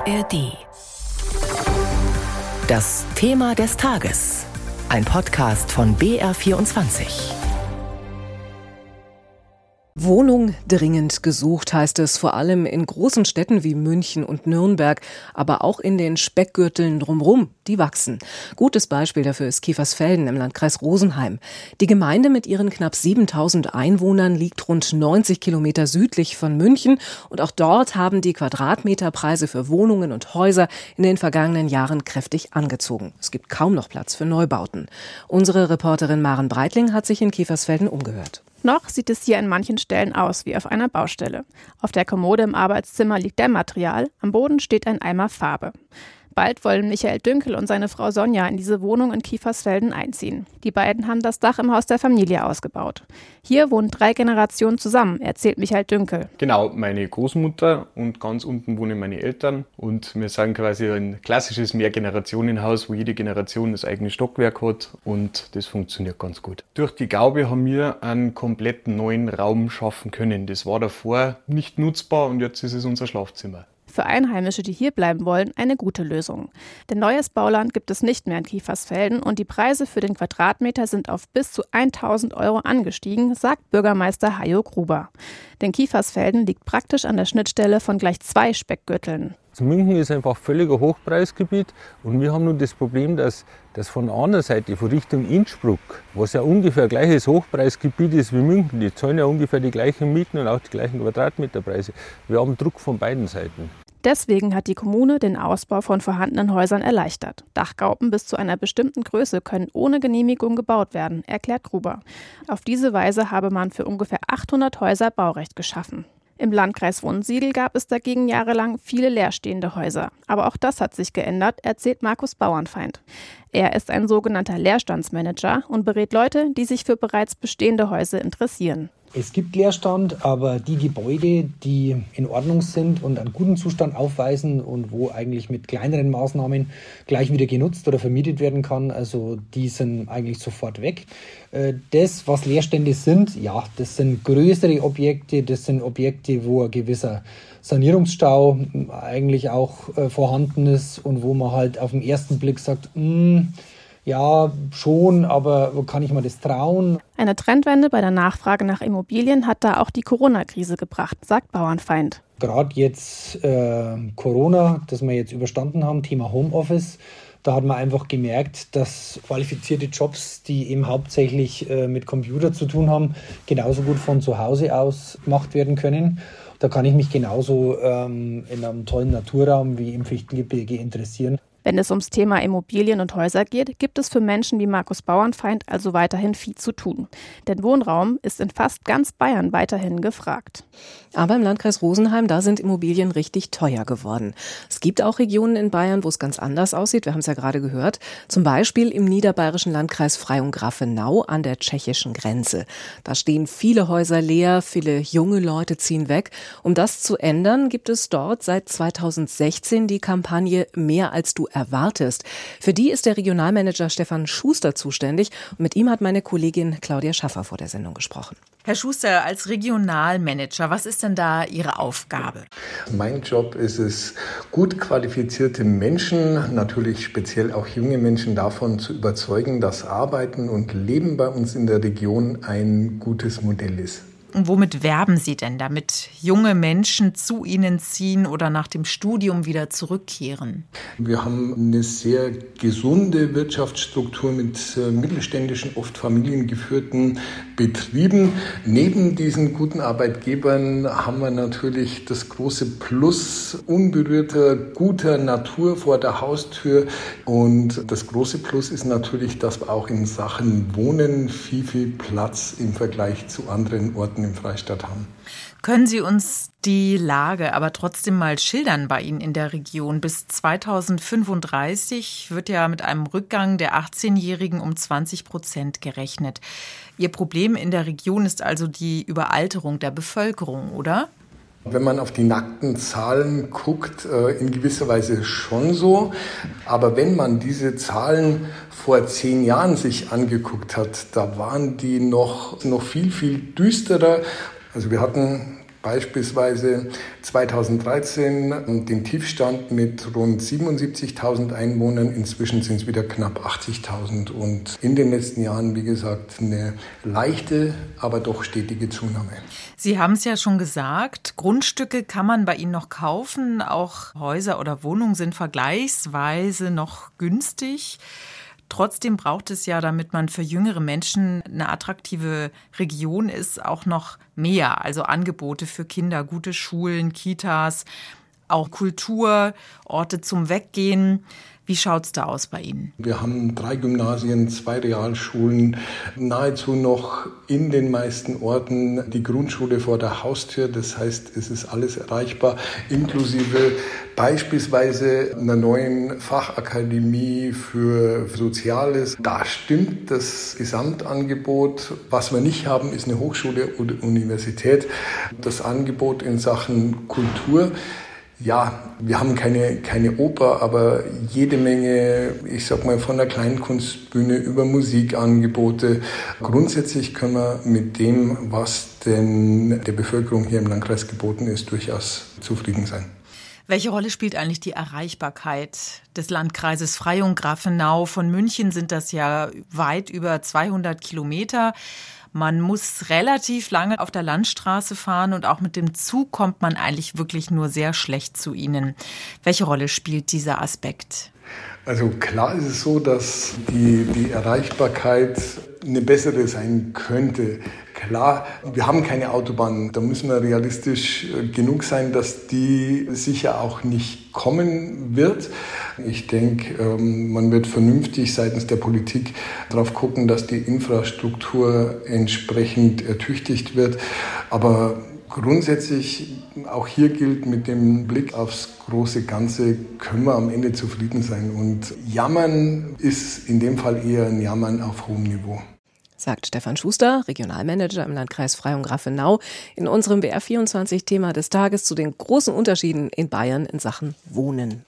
ARD. Das Thema des Tages. Ein Podcast von BR24. Wohnung dringend gesucht, heißt es vor allem in großen Städten wie München und Nürnberg, aber auch in den Speckgürteln drumherum, die wachsen. Gutes Beispiel dafür ist Kiefersfelden im Landkreis Rosenheim. Die Gemeinde mit ihren knapp 7.000 Einwohnern liegt rund 90 Kilometer südlich von München und auch dort haben die Quadratmeterpreise für Wohnungen und Häuser in den vergangenen Jahren kräftig angezogen. Es gibt kaum noch Platz für Neubauten. Unsere Reporterin Maren Breitling hat sich in Kiefersfelden umgehört. Noch sieht es hier an manchen Stellen aus wie auf einer Baustelle. Auf der Kommode im Arbeitszimmer liegt Dämmmaterial, am Boden steht ein Eimer Farbe. Bald wollen Michael Dünkel und seine Frau Sonja in diese Wohnung in Kiefersfelden einziehen. Die beiden haben das Dach im Haus der Familie ausgebaut. Hier wohnen 3 Generationen zusammen, erzählt Michael Dünkel. Genau, meine Großmutter und ganz unten wohnen meine Eltern. Und wir sind quasi ein klassisches Mehrgenerationenhaus, wo jede Generation das eigene Stockwerk hat und das funktioniert ganz gut. Durch die Gaube haben wir einen kompletten neuen Raum schaffen können. Das war davor nicht nutzbar und jetzt ist es unser Schlafzimmer. Für Einheimische, die hier bleiben wollen, eine gute Lösung. Denn neues Bauland gibt es nicht mehr in Kiefersfelden und die Preise für den Quadratmeter sind auf bis zu 1.000 € angestiegen, sagt Bürgermeister Hajo Gruber. Denn Kiefersfelden liegt praktisch an der Schnittstelle von gleich 2 Speckgürteln. München ist einfach völliger Hochpreisgebiet und wir haben nun das Problem, dass von der anderen Seite, von Richtung Innsbruck, was ja ungefähr gleiches Hochpreisgebiet ist wie München, die zahlen ja ungefähr die gleichen Mieten und auch die gleichen Quadratmeterpreise. Wir haben Druck von beiden Seiten. Deswegen hat die Kommune den Ausbau von vorhandenen Häusern erleichtert. Dachgauben bis zu einer bestimmten Größe können ohne Genehmigung gebaut werden, erklärt Gruber. Auf diese Weise habe man für ungefähr 800 Häuser Baurecht geschaffen. Im Landkreis Wunsiedel gab es dagegen jahrelang viele leerstehende Häuser. Aber auch das hat sich geändert, erzählt Markus Bauernfeind. Er ist ein sogenannter Leerstandsmanager und berät Leute, die sich für bereits bestehende Häuser interessieren. Es gibt Leerstand, aber die Gebäude, die in Ordnung sind und einen guten Zustand aufweisen und wo eigentlich mit kleineren Maßnahmen gleich wieder genutzt oder vermietet werden kann, also die sind eigentlich sofort weg. Das, was Leerstände sind, ja, das sind größere Objekte, das sind Objekte, wo ein gewisser Sanierungsstau eigentlich auch vorhanden ist und wo man halt auf den ersten Blick sagt, ja, schon, aber kann ich mir das trauen? Eine Trendwende bei der Nachfrage nach Immobilien hat da auch die Corona-Krise gebracht, sagt Bauernfeind. Gerade jetzt Corona, das wir jetzt überstanden haben, Thema Homeoffice, da hat man einfach gemerkt, dass qualifizierte Jobs, die eben hauptsächlich mit Computer zu tun haben, genauso gut von zu Hause aus gemacht werden können. Da kann ich mich genauso in einem tollen Naturraum wie im Fichtelgebirge interessieren. Wenn es ums Thema Immobilien und Häuser geht, gibt es für Menschen wie Markus Bauernfeind also weiterhin viel zu tun. Denn Wohnraum ist in fast ganz Bayern weiterhin gefragt. Aber im Landkreis Rosenheim, da sind Immobilien richtig teuer geworden. Es gibt auch Regionen in Bayern, wo es ganz anders aussieht. Wir haben es ja gerade gehört. Zum Beispiel im niederbayerischen Landkreis Freyung-Grafenau an der tschechischen Grenze. Da stehen viele Häuser leer, viele junge Leute ziehen weg. Um das zu ändern, gibt es dort seit 2016 die Kampagne Mehr als du erwartest. Für die ist der Regionalmanager Stefan Schuster zuständig. Und mit ihm hat meine Kollegin Claudia Schaffer vor der Sendung gesprochen. Herr Schuster, als Regionalmanager, was ist denn da Ihre Aufgabe? Mein Job ist es, gut qualifizierte Menschen, natürlich speziell auch junge Menschen, davon zu überzeugen, dass Arbeiten und Leben bei uns in der Region ein gutes Modell ist. Und womit werben Sie denn, damit junge Menschen zu Ihnen ziehen oder nach dem Studium wieder zurückkehren? Wir haben eine sehr gesunde Wirtschaftsstruktur mit mittelständischen, oft familiengeführten Betrieben. Neben diesen guten Arbeitgebern haben wir natürlich das große Plus unberührter, guter Natur vor der Haustür. Und das große Plus ist natürlich, dass wir auch in Sachen Wohnen viel Platz im Vergleich zu anderen Orten im Freistaat haben. Können Sie uns die Lage aber trotzdem mal schildern bei Ihnen in der Region? Bis 2035 wird ja mit einem Rückgang der 18-Jährigen um 20% gerechnet. Ihr Problem in der Region ist also die Überalterung der Bevölkerung, oder? Wenn man auf die nackten Zahlen guckt, in gewisser Weise schon so. Aber wenn man diese Zahlen vor 10 Jahren sich angeguckt hat, da waren die noch viel düsterer. Also wir hatten Beispielsweise 2013 den Tiefstand mit rund 77.000 Einwohnern. Inzwischen sind es wieder knapp 80.000. Und in den letzten Jahren, wie gesagt, eine leichte, aber doch stetige Zunahme. Sie haben es ja schon gesagt, Grundstücke kann man bei Ihnen noch kaufen. Auch Häuser oder Wohnungen sind vergleichsweise noch günstig. Trotzdem braucht es ja, damit man für jüngere Menschen eine attraktive Region ist, auch noch mehr. Also Angebote für Kinder, gute Schulen, Kitas, auch Kultur, Orte zum Weggehen. Wie schaut es da aus bei Ihnen? Wir haben 3 Gymnasien, 2 Realschulen, nahezu noch in den meisten Orten die Grundschule vor der Haustür. Das heißt, es ist alles erreichbar, inklusive beispielsweise einer neuen Fachakademie für Soziales. Da stimmt das Gesamtangebot. Was wir nicht haben, ist eine Hochschule oder Universität. Das Angebot in Sachen Kultur. Ja, wir haben keine Oper, aber jede Menge, ich sag mal, von der Kleinkunstbühne über Musikangebote. Grundsätzlich können wir mit dem, was denn der Bevölkerung hier im Landkreis geboten ist, durchaus zufrieden sein. Welche Rolle spielt eigentlich die Erreichbarkeit des Landkreises Freyung-Grafenau? Von München sind das ja weit über 200 Kilometer. Man muss relativ lange auf der Landstraße fahren und auch mit dem Zug kommt man eigentlich wirklich nur sehr schlecht zu Ihnen. Welche Rolle spielt dieser Aspekt? Also klar ist es so, dass die Erreichbarkeit eine bessere sein könnte. Klar, wir haben keine Autobahn, da müssen wir realistisch genug sein, dass die sicher auch nicht kommen wird. Ich denke, man wird vernünftig seitens der Politik darauf gucken, dass die Infrastruktur entsprechend ertüchtigt wird. Aber grundsätzlich, auch hier gilt, mit dem Blick aufs große Ganze können wir am Ende zufrieden sein. Und Jammern ist in dem Fall eher ein Jammern auf hohem Niveau. Sagt Stefan Schuster, Regionalmanager im Landkreis Freyung-Grafenau, in unserem BR24-Thema des Tages zu den großen Unterschieden in Bayern in Sachen Wohnen.